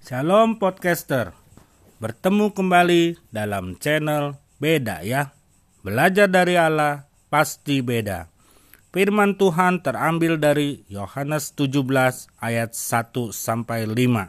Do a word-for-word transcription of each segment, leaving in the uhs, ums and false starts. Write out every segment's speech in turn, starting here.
Shalom podcaster, bertemu kembali dalam channel Beda ya. Belajar dari Allah pasti beda. Firman Tuhan terambil dari Yohanes tujuh belas ayat satu sampai lima.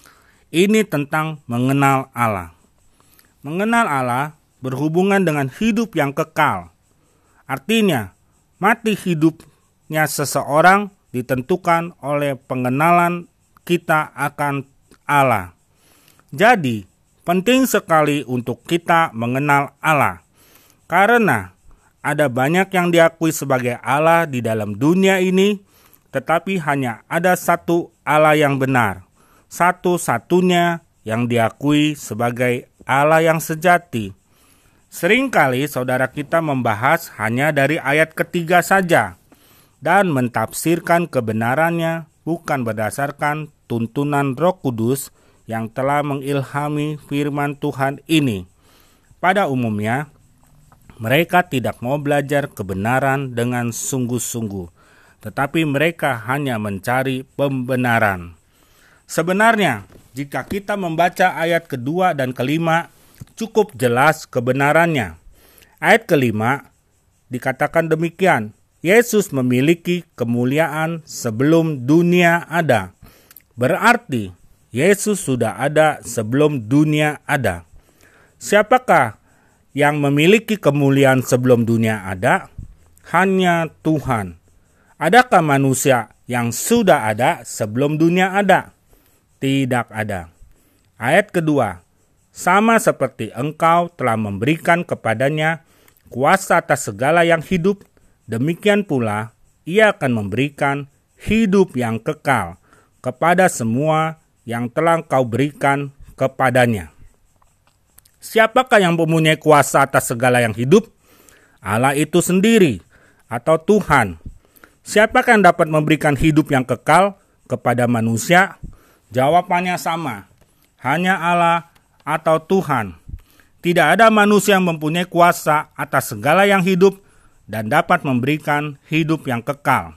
Ini tentang mengenal Allah. Mengenal Allah berhubungan dengan hidup yang kekal. Artinya, mati hidupnya seseorang ditentukan oleh pengenalan kita akan Allah. Jadi, penting sekali untuk kita mengenal Allah. Karena ada banyak yang diakui sebagai Allah di dalam dunia ini, tetapi hanya ada satu Allah yang benar. Satu-satunya yang diakui sebagai Allah yang sejati. Seringkali saudara kita membahas hanya dari ayat ketiga saja dan mentafsirkan kebenarannya bukan berdasarkan tuntunan Roh Kudus yang telah mengilhami firman Tuhan ini. Pada umumnya, mereka tidak mau belajar kebenaran dengan sungguh-sungguh, tetapi mereka hanya mencari pembenaran. Sebenarnya, jika kita membaca ayat kedua dan kelima, cukup jelas kebenarannya. Ayat kelima dikatakan demikian, Yesus memiliki kemuliaan sebelum dunia ada. Berarti Yesus sudah ada sebelum dunia ada. Siapakah yang memiliki kemuliaan sebelum dunia ada? Hanya Tuhan. Adakah manusia yang sudah ada sebelum dunia ada? Tidak ada. Ayat kedua, sama seperti engkau telah memberikan kepadanya kuasa atas segala yang hidup, demikian pula ia akan memberikan hidup yang kekal kepada semua yang telah kau berikan kepadanya. Siapakah yang mempunyai kuasa atas segala yang hidup? Allah itu sendiri atau Tuhan. Siapakah yang dapat memberikan hidup yang kekal kepada manusia? Jawabannya sama, hanya Allah atau Tuhan. Tidak ada manusia yang mempunyai kuasa atas segala yang hidup dan dapat memberikan hidup yang kekal.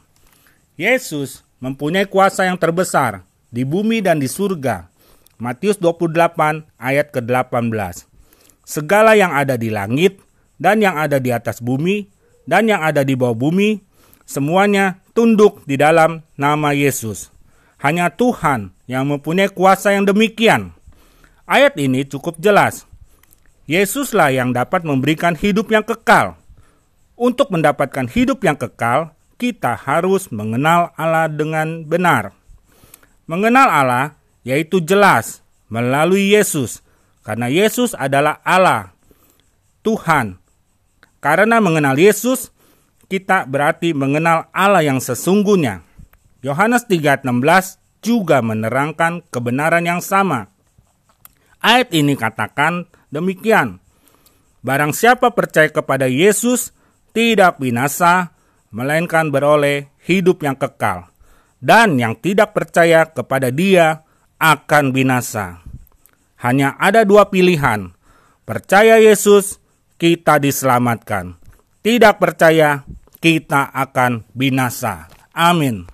Yesus mempunyai kuasa yang terbesar di bumi dan di surga. Matius dua puluh delapan ayat ke delapan belas. Segala yang ada di langit dan yang ada di atas bumi dan yang ada di bawah bumi, semuanya tunduk di dalam nama Yesus. Hanya Tuhan yang mempunyai kuasa yang demikian. Ayat ini cukup jelas. Yesuslah yang dapat memberikan hidup yang kekal. Untuk mendapatkan hidup yang kekal, kita harus mengenal Allah dengan benar. Mengenal Allah yaitu jelas melalui Yesus, karena Yesus adalah Allah, Tuhan. Karena mengenal Yesus, kita berarti mengenal Allah yang sesungguhnya. Yohanes tiga ayat enam belas juga menerangkan kebenaran yang sama. Ayat ini katakan demikian, barang siapa percaya kepada Yesus tidak binasa, melainkan beroleh hidup yang kekal. Dan yang tidak percaya kepada Dia akan binasa. Hanya ada dua pilihan. Percaya Yesus, kita diselamatkan. Tidak percaya, kita akan binasa. Amin.